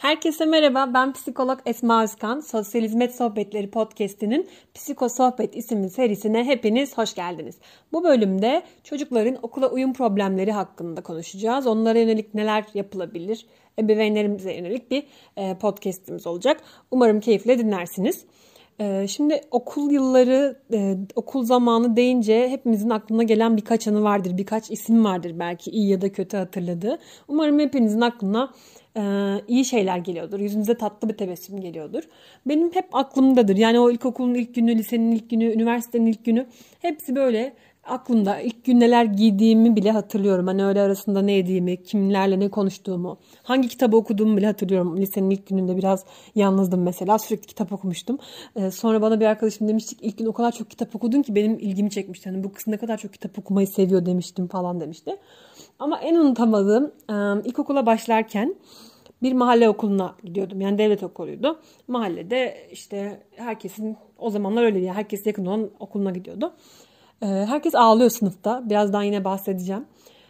Herkese merhaba, ben psikolog Esma Özkan. Sosyal Hizmet Sohbetleri Podcast'inin Psiko Sohbet isimli serisine hepiniz hoş geldiniz. Bu bölümde çocukların okula uyum problemleri hakkında konuşacağız. Onlara yönelik neler yapılabilir? Ebeveynlerimize yönelik bir podcast'imiz olacak. Umarım keyifle dinlersiniz. Şimdi okul yılları, okul zamanı deyince hepimizin aklına gelen birkaç anı vardır, birkaç isim vardır belki iyi ya da kötü hatırladığı. Umarım hepinizin aklına iyi şeyler geliyordur, yüzünüze tatlı bir tebessüm geliyordur. Benim hep aklımdadır. Yani o ilkokulun ilk günü, lisenin ilk günü, üniversitenin ilk günü hepsi böyle aklımda. İlk gün neler giydiğimi bile hatırlıyorum. Hani öğle arasında ne yediğimi, kimlerle ne konuştuğumu, hangi kitabı okuduğumu bile hatırlıyorum. Lisenin ilk gününde biraz yalnızdım mesela. Sürekli kitap okumuştum. Sonra bana bir arkadaşım demişti ki ilk gün o kadar çok kitap okudun ki benim ilgimi çekmişti. Hani bu kız ne kadar çok kitap okumayı seviyor demiştim falan demişti. Ama en unutamadığım ilkokula başlarken bir mahalle okuluna gidiyordum. Yani devlet okuluydu. Mahallede işte herkesin o zamanlar öyleydi. Yani herkes yakın olan okuluna gidiyordu. Herkes ağlıyor sınıfta. Birazdan yine bahsedeceğim.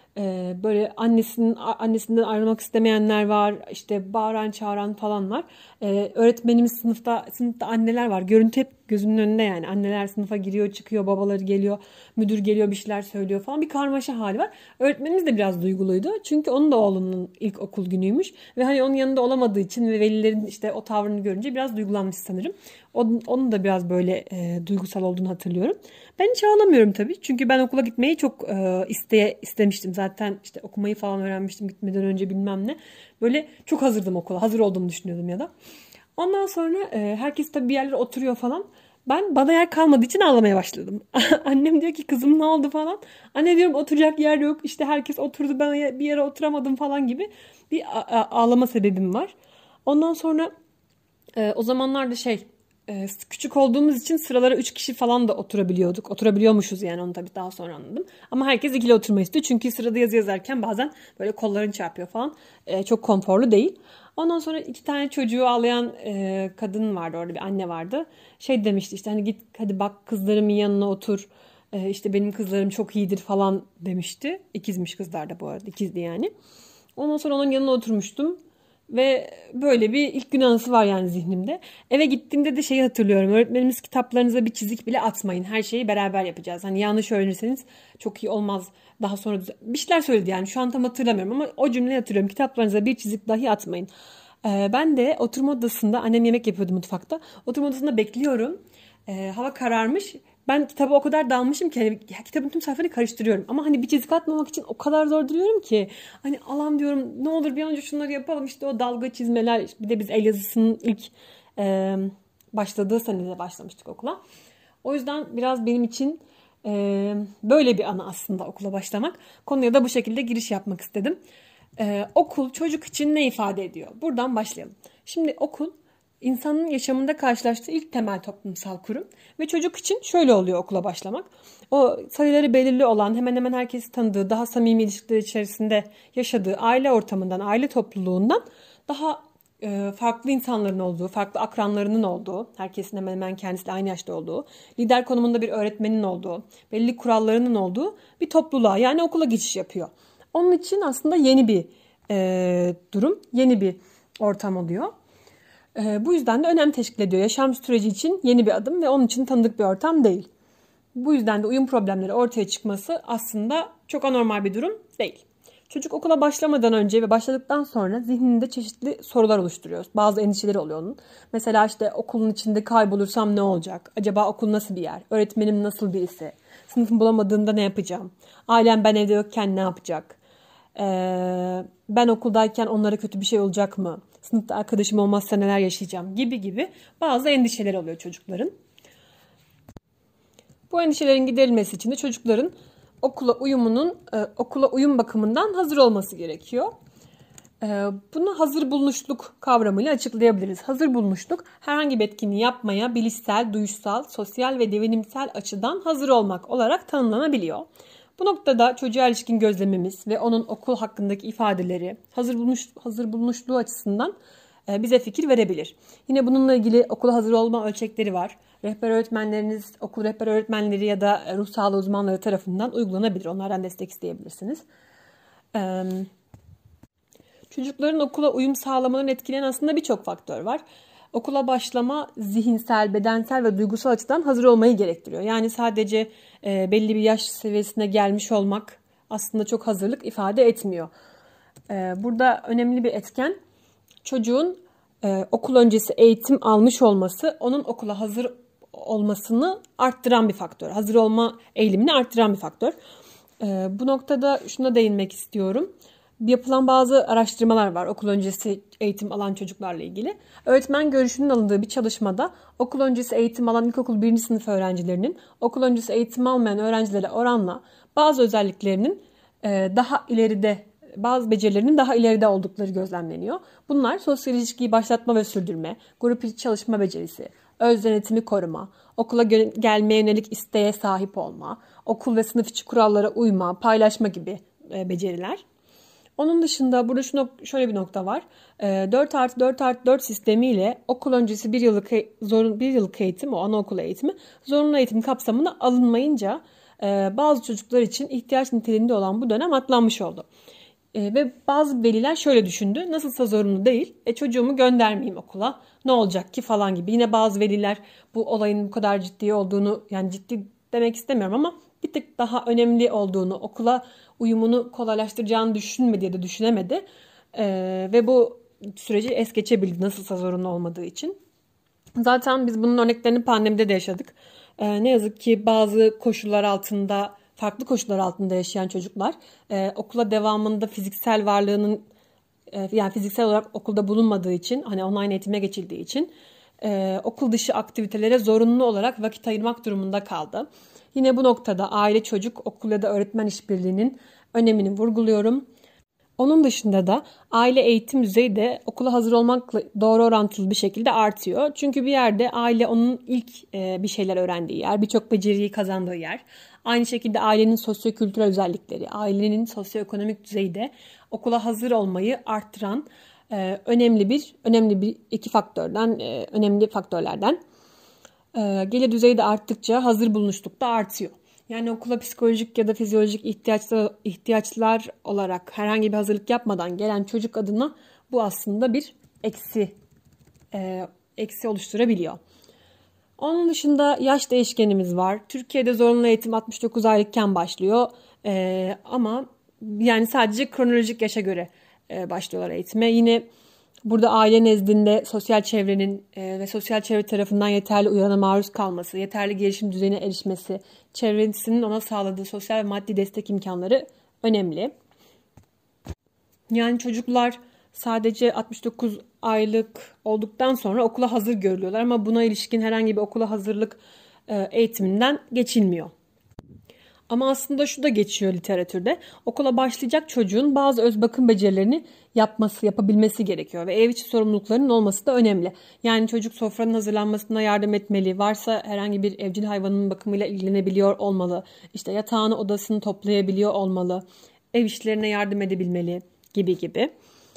Böyle annesinden ayrılmak istemeyenler var. İşte bağıran çağıran falan var. Öğretmenimiz sınıfta anneler var. Görüntü hep gözümün önünde yani. Anneler sınıfa giriyor çıkıyor. Babaları geliyor. Müdür geliyor bir şeyler söylüyor falan. Bir karmaşa hali var. Öğretmenimiz de biraz duyguluydu. Çünkü onun da oğlunun ilk okul günüymüş. Ve hani onun yanında olamadığı için ve velilerin işte o tavrını görünce biraz duygulanmış sanırım. Onun da biraz böyle duygusal olduğunu hatırlıyorum. Ben hiç ağlamıyorum tabii. Çünkü ben okula gitmeyi çok istemiştim. Zaten işte okumayı falan öğrenmiştim gitmeden önce bilmem ne. Böyle çok hazırdım okula. Hazır olduğumu düşünüyordum ya da. Ondan sonra herkes tabii bir yerlere oturuyor falan. Bana yer kalmadığı için ağlamaya başladım. Annem diyor ki kızım ne oldu falan. Anne diyorum oturacak yer yok. İşte herkes oturdu ben bir yere oturamadım falan gibi bir ağlama sebebim var. Ondan sonra o zamanlarda küçük olduğumuz için sıralara 3 kişi falan da oturabiliyorduk. Oturabiliyormuşuz yani onu tabii daha sonra anladım. Ama herkes ikili oturmayı istiyor. Çünkü sırada yazı yazarken bazen böyle kolların çarpıyor falan. Çok konforlu değil. Ondan sonra 2 tane çocuğu ağlayan kadın vardı orada bir anne vardı. Şey demişti işte hani git hadi bak kızlarımın yanına otur. İşte benim kızlarım çok iyidir falan demişti. İkizmiş kızlar da bu arada ikizdi yani. Ondan sonra onun yanına oturmuştum. Ve böyle bir ilk gün anısı var yani zihnimde. Eve gittiğimde de şeyi hatırlıyorum. Öğretmenimiz kitaplarınıza bir çizik bile atmayın. Her şeyi beraber yapacağız. Hani yanlış öğrenirseniz çok iyi olmaz. Daha sonra bir şeyler söyledi yani. Şu an tam hatırlamıyorum ama o cümleyi hatırlıyorum. Kitaplarınıza bir çizik dahi atmayın. Ben de oturma odasında annem yemek yapıyordu mutfakta. Oturma odasında bekliyorum. Hava kararmış. Ben kitaba o kadar dalmışım ki hani kitabın tüm sayfalarını karıştırıyorum. Ama hani bir çizik atmamak için o kadar zor duruyorum ki. Hani Allah'ım diyorum ne olur bir an önce şunları yapalım. İşte o dalga çizmeler. Bir de biz el yazısının ilk başladığı senede başlamıştık okula. O yüzden biraz benim için böyle bir anı aslında okula başlamak. Konuya da bu şekilde giriş yapmak istedim. Okul çocuk için ne ifade ediyor? Buradan başlayalım. Şimdi okul insanın yaşamında karşılaştığı ilk temel toplumsal kurum ve çocuk için şöyle oluyor okula başlamak. O sayıları belirli olan hemen hemen herkesi tanıdığı, daha samimi ilişkiler içerisinde yaşadığı aile ortamından, aile topluluğundan daha farklı insanların olduğu, farklı akranlarının olduğu, herkesin hemen hemen kendisiyle aynı yaşta olduğu, lider konumunda bir öğretmenin olduğu, belli kurallarının olduğu bir topluluğa yani okula geçiş yapıyor. Onun için aslında yeni bir durum, yeni bir ortam oluyor. Bu yüzden de önem teşkil ediyor. Yaşam süreci için yeni bir adım ve onun için tanıdık bir ortam değil. Bu yüzden de uyum problemleri ortaya çıkması aslında çok anormal bir durum değil. Çocuk okula başlamadan önce ve başladıktan sonra zihninde çeşitli sorular oluşturuyor. Bazı endişeleri oluyor onun. Mesela işte okulun içinde kaybolursam ne olacak? Acaba okul nasıl bir yer? Öğretmenim nasıl birisi? Sınıfımı bulamadığımda ne yapacağım? Ailem ben evde yokken ne yapacak? Ben okuldayken onlara kötü bir şey olacak mı? Sınıfta arkadaşım olmazsa neler yaşayacağım gibi bazı endişeler oluyor çocukların. Bu endişelerin giderilmesi için de çocukların okula uyum bakımından hazır olması gerekiyor. Bunu hazır bulunuşluk kavramıyla açıklayabiliriz. Hazır bulunuşluk herhangi bir etkinliği yapmaya bilişsel, duyuşsal, sosyal ve devinimsel açıdan hazır olmak olarak tanımlanabiliyor. Bu noktada çocuğa ilişkin gözlemimiz ve onun okul hakkındaki ifadeleri hazır bulunuşluğu açısından bize fikir verebilir. Yine bununla ilgili okula hazır olma ölçekleri var. Rehber öğretmenleriniz, okul rehber öğretmenleri ya da ruh sağlığı uzmanları tarafından uygulanabilir. Onlardan destek isteyebilirsiniz. Çocukların okula uyum sağlamalarını etkileyen aslında birçok faktör var. Okula başlama zihinsel, bedensel ve duygusal açıdan hazır olmayı gerektiriyor. Yani sadece belli bir yaş seviyesine gelmiş olmak aslında çok hazırlık ifade etmiyor. Burada önemli bir etken çocuğun okul öncesi eğitim almış olması, onun okula hazır olmasını arttıran bir faktör. Hazır olma eğilimini arttıran bir faktör. Bu noktada şuna değinmek istiyorum. Yapılan bazı araştırmalar var okul öncesi eğitim alan çocuklarla ilgili. Öğretmen görüşünün alındığı bir çalışmada okul öncesi eğitim alan ilkokul 1. sınıf öğrencilerinin okul öncesi eğitim almayan öğrencilere oranla bazı özelliklerinin daha ileride, bazı becerilerinin daha ileride oldukları gözlemleniyor. Bunlar sosyal ilişkiyi başlatma ve sürdürme, grup içi çalışma becerisi, öz denetimi koruma, okula gelmeye yönelik isteğe sahip olma, okul ve sınıf içi kurallara uyma, paylaşma gibi beceriler. Onun dışında burada şöyle bir nokta var. 4+4+4 sistemiyle okul öncesi bir yıllık eğitim, o anaokulu eğitimi zorunlu eğitim kapsamına alınmayınca bazı çocuklar için ihtiyaç niteliğinde olan bu dönem atlanmış oldu. Ve bazı veliler şöyle düşündü. Nasılsa zorunlu değil. Çocuğumu göndermeyeyim okula. Ne olacak ki falan gibi. Yine bazı veliler bu olayın bu kadar ciddi olduğunu, yani ciddi demek istemiyorum ama bir tık daha önemli olduğunu, okula uyumunu kolaylaştıracağını düşünmedi ya da düşünemedi. Ve bu süreci es geçebildi nasılsa zorunlu olmadığı için. Zaten biz bunun örneklerini pandemide de yaşadık. Ne yazık ki bazı koşullar altında, farklı koşullar altında yaşayan çocuklar okula devamında fiziksel varlığının yani fiziksel olarak okulda bulunmadığı için, hani online eğitime geçildiği için okul dışı aktivitelere zorunlu olarak vakit ayırmak durumunda kaldı. Yine bu noktada aile çocuk okul ya da öğretmen işbirliğinin önemini vurguluyorum. Onun dışında da aile eğitim düzeyi de okula hazır olmakla doğru orantılı bir şekilde artıyor. Çünkü bir yerde aile onun ilk bir şeyler öğrendiği yer, birçok beceriyi kazandığı yer. Aynı şekilde ailenin sosyo-kültürel özellikleri, ailenin sosyoekonomik düzeyi de okula hazır olmayı arttıran önemli faktörlerden. Gelir düzeyi de arttıkça hazır bulunuşluk da artıyor. Yani okula psikolojik ya da fizyolojik ihtiyaçlar olarak herhangi bir hazırlık yapmadan gelen çocuk adına bu aslında bir eksi oluşturabiliyor. Onun dışında yaş değişkenimiz var. Türkiye'de zorunlu eğitim 69 aylıkken başlıyor. Ama yani sadece kronolojik yaşa göre başlıyorlar eğitime. Yine burada aile nezdinde sosyal çevrenin ve sosyal çevre tarafından yeterli uyarana maruz kalması, yeterli gelişim düzeyine erişmesi, çevresinin ona sağladığı sosyal ve maddi destek imkanları önemli. Yani çocuklar sadece 69 aylık olduktan sonra okula hazır görülüyorlar ama buna ilişkin herhangi bir okula hazırlık eğitiminden geçilmiyor. Ama aslında şu da geçiyor literatürde. Okula başlayacak çocuğun bazı öz bakım becerilerini yapabilmesi gerekiyor ve ev içi sorumluluklarının olması da önemli. Yani çocuk sofranın hazırlanmasına yardım etmeli. Varsa herhangi bir evcil hayvanın bakımıyla ilgilenebiliyor olmalı. İşte yatağını, odasını toplayabiliyor olmalı. Ev işlerine yardım edebilmeli gibi.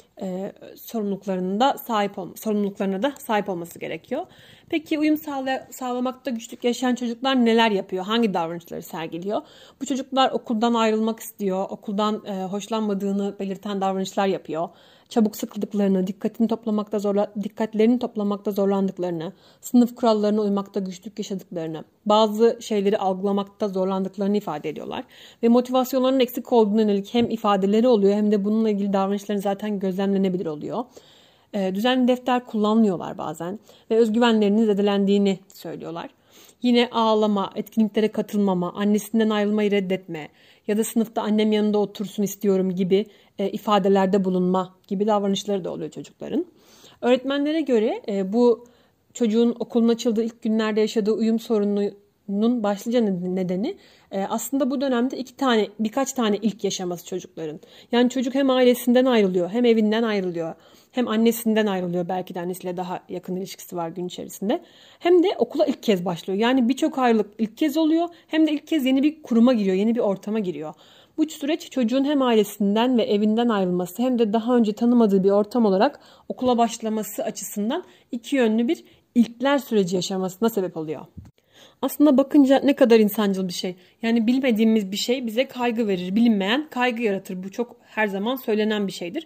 Sorumluluklarına da sahip olması gerekiyor. Peki uyum sağlamakta güçlük yaşayan çocuklar neler yapıyor? Hangi davranışları sergiliyor? Bu çocuklar okuldan ayrılmak istiyor. Okuldan hoşlanmadığını belirten davranışlar yapıyor. Çabuk sıkıldıklarını, dikkatlerini toplamakta zorlandıklarını, sınıf kurallarına uymakta güçlük yaşadıklarını, bazı şeyleri algılamakta zorlandıklarını ifade ediyorlar. Ve motivasyonlarının eksik olduğuna yönelik hem ifadeleri oluyor hem de bununla ilgili davranışların zaten gözlemlenebilir oluyor. Düzenli defter kullanmıyorlar bazen ve özgüvenlerinin zedelendiğini söylüyorlar. Yine ağlama, etkinliklere katılmama, annesinden ayrılmayı reddetme ya da sınıfta annem yanında otursun istiyorum gibi ifadelerde bulunma gibi davranışları da oluyor çocukların. Öğretmenlere göre bu çocuğun okulun açıldığı ilk günlerde yaşadığı uyum sorununun başlıca nedeni aslında bu dönemde birkaç tane ilk yaşaması çocukların. Yani çocuk hem ailesinden ayrılıyor, hem evinden ayrılıyor, hem annesinden ayrılıyor, belki de annesiyle daha yakın ilişkisi var gün içerisinde. Hem de okula ilk kez başlıyor. Yani birçok ayrılık ilk kez oluyor, hem de ilk kez yeni bir kuruma giriyor, yeni bir ortama giriyor. Bu süreç çocuğun hem ailesinden ve evinden ayrılması hem de daha önce tanımadığı bir ortam olarak okula başlaması açısından iki yönlü bir ilkler süreci yaşamasına sebep oluyor. Aslında bakınca ne kadar insancıl bir şey. Yani bilmediğimiz bir şey bize kaygı verir. Bilinmeyen kaygı yaratır. Bu çok her zaman söylenen bir şeydir.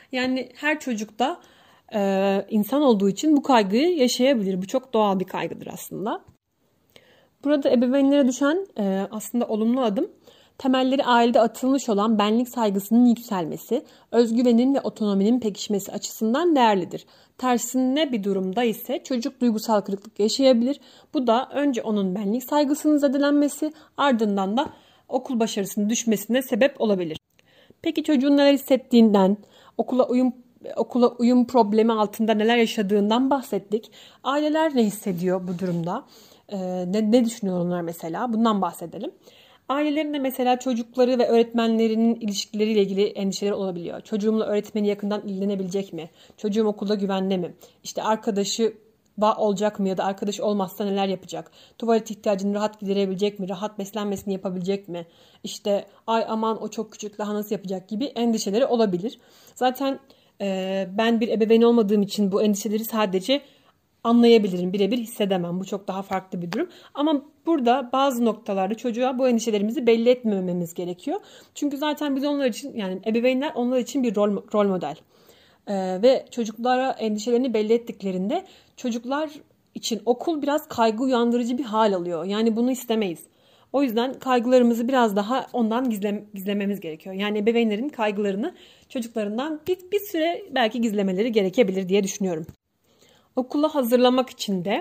Yani her çocukta insan olduğu için bu kaygıyı yaşayabilir. Bu çok doğal bir kaygıdır aslında. Burada ebeveynlere düşen aslında olumlu adım, temelleri ailede atılmış olan benlik saygısının yükselmesi, özgüvenin ve otonominin pekişmesi açısından değerlidir. Tersine bir durumda ise çocuk duygusal kırıklık yaşayabilir. Bu da önce onun benlik saygısının zedelenmesi, ardından da okul başarısının düşmesine sebep olabilir. Peki çocuğun neler hissettiğinden, okula uyum problemi altında neler yaşadığından bahsettik. Aileler ne hissediyor bu durumda? Ne düşünüyor onlar mesela? Bundan bahsedelim. Ailelerin de mesela çocukları ve öğretmenlerinin ilişkileriyle ilgili endişeler olabiliyor. Çocuğumla öğretmeni yakından ilgilenebilecek mi? Çocuğum okulda güvende mi? İşte arkadaşı olacak mı ya da arkadaş olmazsa neler yapacak? Tuvalet ihtiyacını rahat giderebilecek mi? Rahat beslenmesini yapabilecek mi? İşte ay aman o çok küçük daha nasıl yapacak gibi endişeleri olabilir. Zaten ben bir ebeveyn olmadığım için bu endişeleri sadece anlayabilirim, birebir hissedemem. Bu çok daha farklı bir durum. Ama burada bazı noktalarda çocuğa bu endişelerimizi belli etmememiz gerekiyor. Çünkü zaten biz onlar için, yani ebeveynler onlar için bir rol model. Ve çocuklara endişelerini belli ettiklerinde çocuklar için okul biraz kaygı uyandırıcı bir hal alıyor. Yani bunu istemeyiz. O yüzden kaygılarımızı biraz daha ondan gizlememiz gerekiyor. Yani ebeveynlerin kaygılarını çocuklarından bir süre belki gizlemeleri gerekebilir diye düşünüyorum. Okula hazırlamak için de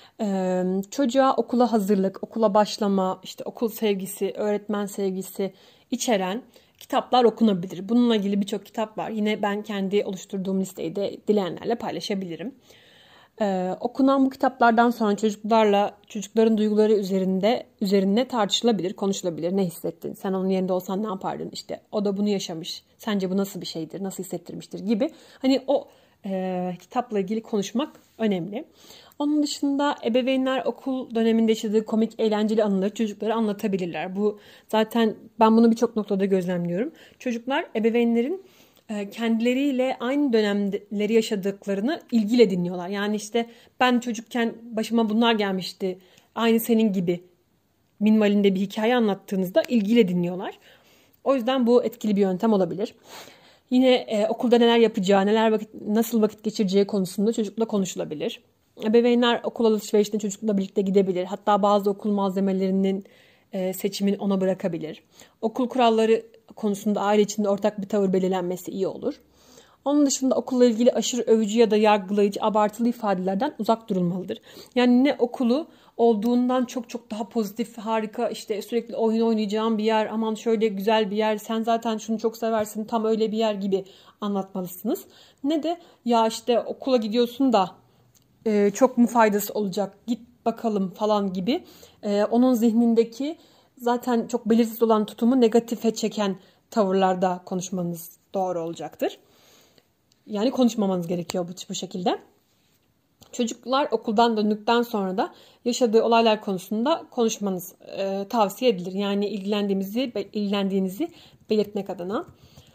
çocuğa okula hazırlık, okula başlama, işte okul sevgisi, öğretmen sevgisi içeren kitaplar okunabilir. Bununla ilgili birçok kitap var. Yine ben kendi oluşturduğum listeyi de dileyenlerle paylaşabilirim. Okunan bu kitaplardan sonra çocukların duyguları üzerine tartışılabilir, konuşulabilir. Ne hissettin? Sen onun yerinde olsan ne yapardın? İşte o da bunu yaşamış. Sence bu nasıl bir şeydir? Nasıl hissettirmiştir gibi. Hani o kitapla ilgili konuşmak önemli. Onun dışında ebeveynler okul döneminde yaşadığı komik, eğlenceli anıları çocuklara anlatabilirler. Bu zaten ben bunu birçok noktada gözlemliyorum. Çocuklar ebeveynlerin kendileriyle aynı dönemleri yaşadıklarını ilgiyle dinliyorlar. Yani işte ben çocukken başıma bunlar gelmişti, aynı senin gibi minvalinde bir hikaye anlattığınızda ilgiyle dinliyorlar. O yüzden bu etkili bir yöntem olabilir. Yine okulda neler yapacağı, nasıl vakit geçireceği konusunda çocukla konuşulabilir. Ebeveynler okul alışverişine çocukla birlikte gidebilir. Hatta bazı okul malzemelerinin seçimini ona bırakabilir. Okul kuralları konusunda aile içinde ortak bir tavır belirlenmesi iyi olur. Onun dışında okulla ilgili aşırı övücü ya da yargılayıcı, abartılı ifadelerden uzak durulmalıdır. Yani ne okulu olduğundan çok çok daha pozitif, harika, işte sürekli oyun oynayacağın bir yer, aman şöyle güzel bir yer, sen zaten şunu çok seversin, tam öyle bir yer gibi anlatmalısınız. Ne de ya işte okula gidiyorsun da çok mu faydası olacak, git bakalım falan gibi onun zihnindeki zaten çok belirsiz olan tutumu negatife çeken tavırlarda konuşmanız doğru olacaktır. Yani konuşmamanız gerekiyor bu şekilde. Çocuklar okuldan döndükten sonra da yaşadığı olaylar konusunda konuşmanız tavsiye edilir. Yani ilgilendiğinizi belirtmek adına.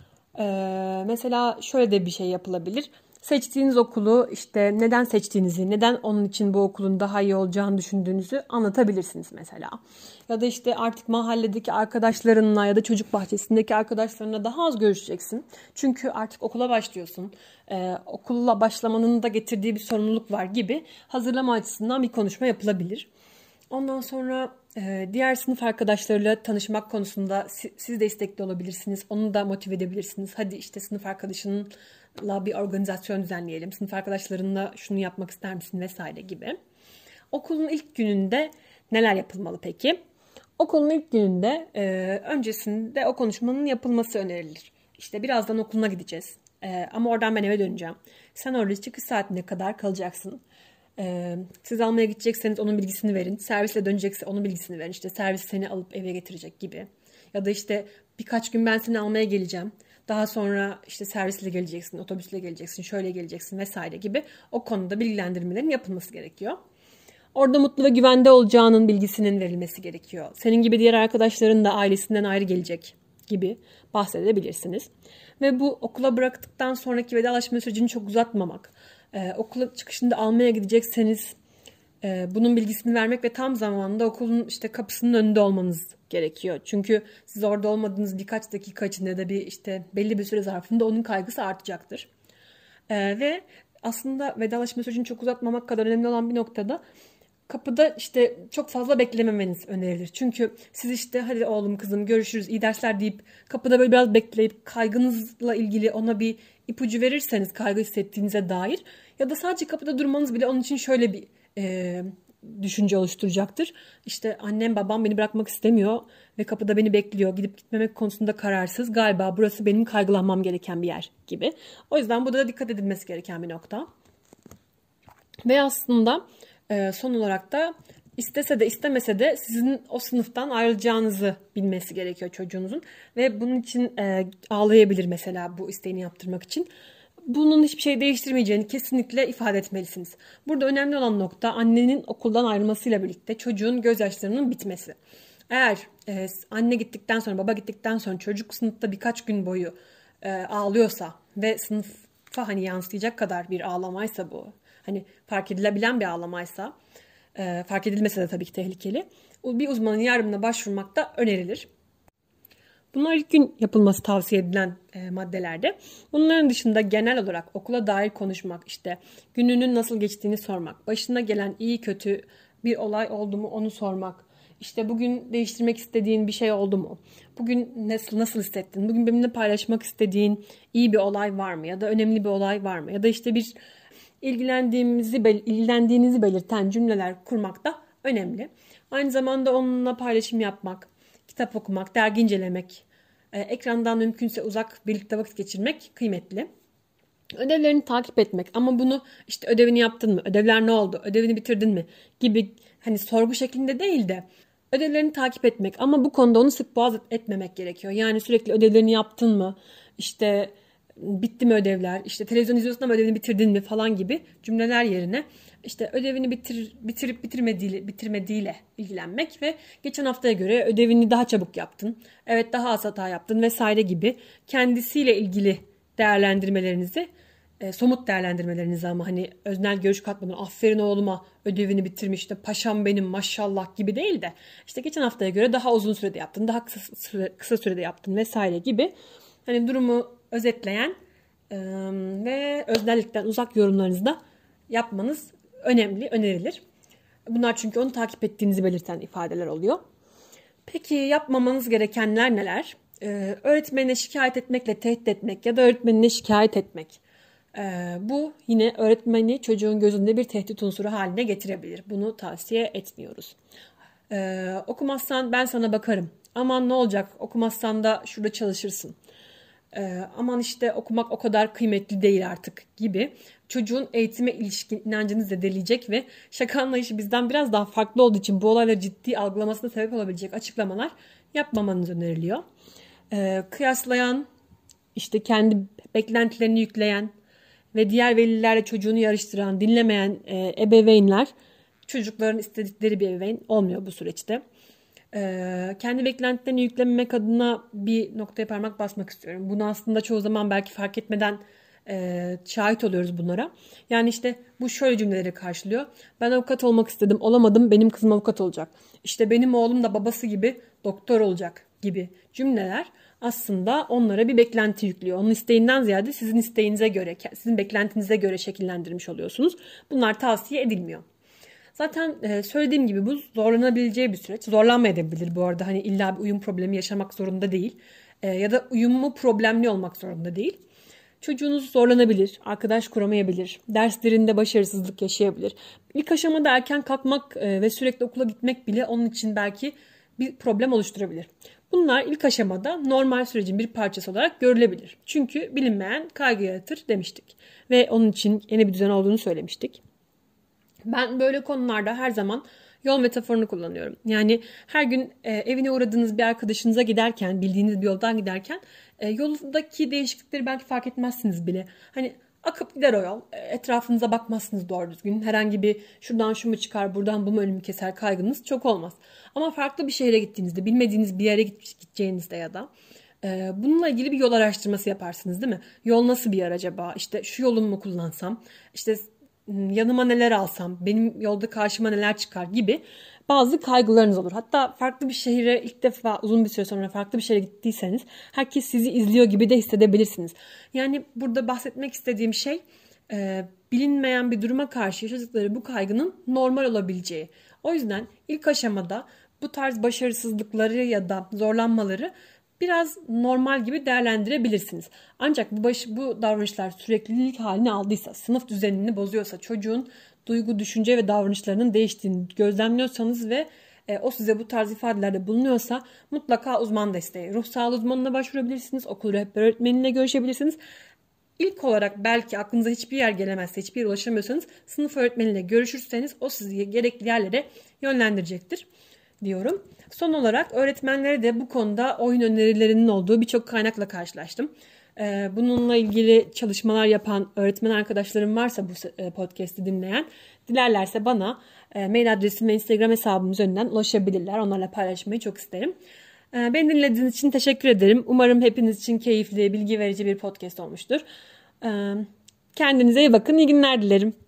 Mesela şöyle de bir şey yapılabilir. Seçtiğiniz okulu işte neden seçtiğinizi, neden onun için bu okulun daha iyi olacağını düşündüğünüzü anlatabilirsiniz mesela. Ya da işte artık mahalledeki arkadaşlarınla ya da çocuk bahçesindeki arkadaşlarınla daha az görüşeceksin. Çünkü artık okula başlıyorsun. Okulla başlamanın da getirdiği bir sorumluluk var gibi hazırlama açısından bir konuşma yapılabilir. Ondan sonra diğer sınıf arkadaşlarıyla tanışmak konusunda siz de istekli olabilirsiniz. Onu da motive edebilirsiniz. Hadi işte sınıf arkadaşınla bir organizasyon düzenleyelim. Sınıf arkadaşlarınla şunu yapmak ister misin vesaire gibi. Okulun ilk gününde neler yapılmalı peki? Okulun ilk gününde öncesinde o konuşmanın yapılması önerilir. İşte birazdan okuluna gideceğiz. Ama oradan ben eve döneceğim. Sen orada çıkış saatine kadar kalacaksın. Siz almaya gidecekseniz onun bilgisini verin. Servisle dönecekse onun bilgisini verin. İşte servis seni alıp eve getirecek gibi. Ya da işte birkaç gün ben seni almaya geleceğim. Daha sonra işte servisle geleceksin, otobüsle geleceksin, şöyle geleceksin vesaire gibi o konuda bilgilendirmelerin yapılması gerekiyor. Orada mutlu ve güvende olacağının bilgisinin verilmesi gerekiyor. Senin gibi diğer arkadaşların da ailesinden ayrı gelecek gibi bahsedebilirsiniz. Ve bu okula bıraktıktan sonraki vedalaşma sürecini çok uzatmamak. Okula çıkışında almaya gidecekseniz Bunun bilgisini vermek ve tam zamanında okulun işte kapısının önünde olmanız gerekiyor. Çünkü siz orada olmadığınız birkaç dakika içinde ya da bir işte belli bir süre zarfında onun kaygısı artacaktır. Ve aslında vedalaşma sürecini çok uzatmamak kadar önemli olan bir noktada kapıda işte çok fazla beklememeniz önerilir. Çünkü siz işte hadi oğlum kızım görüşürüz iyi dersler deyip kapıda böyle biraz bekleyip kaygınızla ilgili ona bir ipucu verirseniz kaygı hissettiğinize dair ya da sadece kapıda durmanız bile onun için şöyle bir düşünce oluşturacaktır. İşte annem babam beni bırakmak istemiyor ve kapıda beni bekliyor. Gidip gitmemek konusunda kararsız. Galiba burası benim kaygılanmam gereken bir yer gibi. O yüzden burada da dikkat edilmesi gereken bir nokta. Ve aslında son olarak da istese de istemese de sizin o sınıftan ayrılacağınızı bilmesi gerekiyor çocuğunuzun. Ve bunun için ağlayabilir mesela bu isteğini yaptırmak için. Bunun hiçbir şey değiştirmeyeceğini kesinlikle ifade etmelisiniz. Burada önemli olan nokta annenin okuldan ayrılmasıyla birlikte çocuğun gözyaşlarının bitmesi. Eğer anne gittikten sonra baba gittikten sonra çocuk sınıfta birkaç gün boyu ağlıyorsa ve sınıfa hani yansıyacak kadar bir ağlamaysa bu, hani fark edilebilen bir ağlamaysa, fark edilmese de tabii ki tehlikeli, bir uzmanın yardımına başvurmak da önerilir. Bunlar ilk gün yapılması tavsiye edilen maddelerde. Bunların dışında genel olarak okula dair konuşmak, işte gününün nasıl geçtiğini sormak, başına gelen iyi kötü bir olay oldu mu onu sormak, işte bugün değiştirmek istediğin bir şey oldu mu, bugün nasıl hissettin, bugün benimle paylaşmak istediğin iyi bir olay var mı ya da önemli bir olay var mı ya da işte bir ilgilendiğinizi belirten cümleler kurmak da önemli. Aynı zamanda onunla paylaşım yapmak, kitap okumak, dergi incelemek, ekrandan mümkünse uzak birlikte vakit geçirmek kıymetli. Ödevlerini takip etmek ama bunu işte ödevini yaptın mı, ödevler ne oldu, ödevini bitirdin mi gibi hani sorgu şeklinde değil de ödevlerini takip etmek ama bu konuda onu sık boğaz etmemek gerekiyor. Yani sürekli ödevlerini yaptın mı, işte bitti mi ödevler, işte televizyon izliyorsun ama ödevini bitirdin mi falan gibi cümleler yerine işte ödevini bitirip bitirmediğiyle ilgilenmek ve geçen haftaya göre ödevini daha çabuk yaptın, evet daha az hata yaptın vesaire gibi kendisiyle ilgili değerlendirmelerinizi, somut değerlendirmelerinizi ama hani öznel görüş katmadan aferin oğluma ödevini bitirmiş de paşam benim maşallah gibi değil de işte geçen haftaya göre daha uzun sürede yaptın, daha kısa sürede yaptın vesaire gibi hani durumu özetleyen ve öznellikten uzak yorumlarınızı da yapmanız önerilir. Bunlar çünkü onu takip ettiğinizi belirten ifadeler oluyor. Peki yapmamanız gerekenler neler? Öğretmenine şikayet etmekle tehdit etmek ya da öğretmenine şikayet etmek. Bu yine öğretmeni çocuğun gözünde bir tehdit unsuru haline getirebilir. Bunu tavsiye etmiyoruz. Okumazsan ben sana bakarım. Aman ne olacak okumazsan da şurada çalışırsın. Aman işte okumak o kadar kıymetli değil artık gibi çocuğun eğitime ilişkin inancını zedeleyecek ve şaka anlayışı bizden biraz daha farklı olduğu için bu olayları ciddi algılamasına sebep olabilecek açıklamalar yapmamanız öneriliyor. Kıyaslayan, işte kendi beklentilerini yükleyen ve diğer velilerle çocuğunu yarıştıran, dinlemeyen ebeveynler çocukların istedikleri bir ebeveyn olmuyor bu süreçte. Kendi beklentilerini yüklememek adına bir noktaya parmak basmak istiyorum. Bunu aslında çoğu zaman belki fark etmeden şahit oluyoruz bunlara. Yani işte bu şöyle cümleleri karşılıyor. Ben avukat olmak istedim, olamadım, benim kızım avukat olacak. İşte benim oğlum da babası gibi doktor olacak gibi cümleler aslında onlara bir beklenti yüklüyor. Onun isteğinden ziyade sizin isteğinize göre, sizin beklentinize göre şekillendirmiş oluyorsunuz. Bunlar tavsiye edilmiyor. Zaten söylediğim gibi bu zorlanabileceği bir süreç. Zorlanmayabilir bu arada. Hani illa bir uyum problemi yaşamak zorunda değil. Ya da uyumu problemli olmak zorunda değil. Çocuğunuz zorlanabilir, arkadaş kuramayabilir, derslerinde başarısızlık yaşayabilir. İlk aşamada erken kalkmak ve sürekli okula gitmek bile onun için belki bir problem oluşturabilir. Bunlar ilk aşamada normal sürecin bir parçası olarak görülebilir. Çünkü bilinmeyen kaygı yaratır demiştik. Ve onun için yeni bir düzen olduğunu söylemiştik. Ben böyle konularda her zaman yol metaforunu kullanıyorum. Yani her gün evine uğradığınız bir arkadaşınıza giderken, bildiğiniz bir yoldan giderken yoldaki değişiklikleri belki fark etmezsiniz bile. Hani akıp gider o yol. Etrafınıza bakmazsınız doğru düzgün. Herhangi bir şuradan şu mu çıkar, buradan bu mu önümü keser kaygınız çok olmaz. Ama farklı bir şehre gittiğinizde, bilmediğiniz bir yere gideceğinizde ya da bununla ilgili bir yol araştırması yaparsınız değil mi? Yol nasıl bir yer acaba? İşte şu yolu mu kullansam? İşte yanıma neler alsam, benim yolda karşıma neler çıkar gibi bazı kaygılarınız olur. Hatta farklı bir şehire ilk defa uzun bir süre sonra farklı bir şehre gittiyseniz herkes sizi izliyor gibi de hissedebilirsiniz. Yani burada bahsetmek istediğim şey bilinmeyen bir duruma karşı yaşadıkları bu kaygının normal olabileceği. O yüzden ilk aşamada bu tarz başarısızlıkları ya da zorlanmaları biraz normal gibi değerlendirebilirsiniz. Ancak bu davranışlar süreklilik halini aldıysa, sınıf düzenini bozuyorsa, çocuğun duygu, düşünce ve davranışlarının değiştiğini gözlemliyorsanız ve o size bu tarz ifadelerde bulunuyorsa mutlaka uzman desteği, ruh sağlığı uzmanına başvurabilirsiniz, okul rehber öğretmeniyle görüşebilirsiniz. İlk olarak belki aklınıza hiçbir yer gelemezse, hiçbir yere ulaşamıyorsanız sınıf öğretmeniyle görüşürseniz o sizi gerekli yerlere yönlendirecektir diyorum. Son olarak öğretmenlere de bu konuda oyun önerilerinin olduğu birçok kaynakla karşılaştım. Bununla ilgili çalışmalar yapan öğretmen arkadaşlarım varsa bu podcast'i dinleyen, dilerlerse bana mail adresim ve Instagram hesabım üzerinden ulaşabilirler. Onlarla paylaşmayı çok isterim. Beni dinlediğiniz için teşekkür ederim. Umarım hepiniz için keyifli, bilgi verici bir podcast olmuştur. Kendinize iyi bakın. İyi günler dilerim.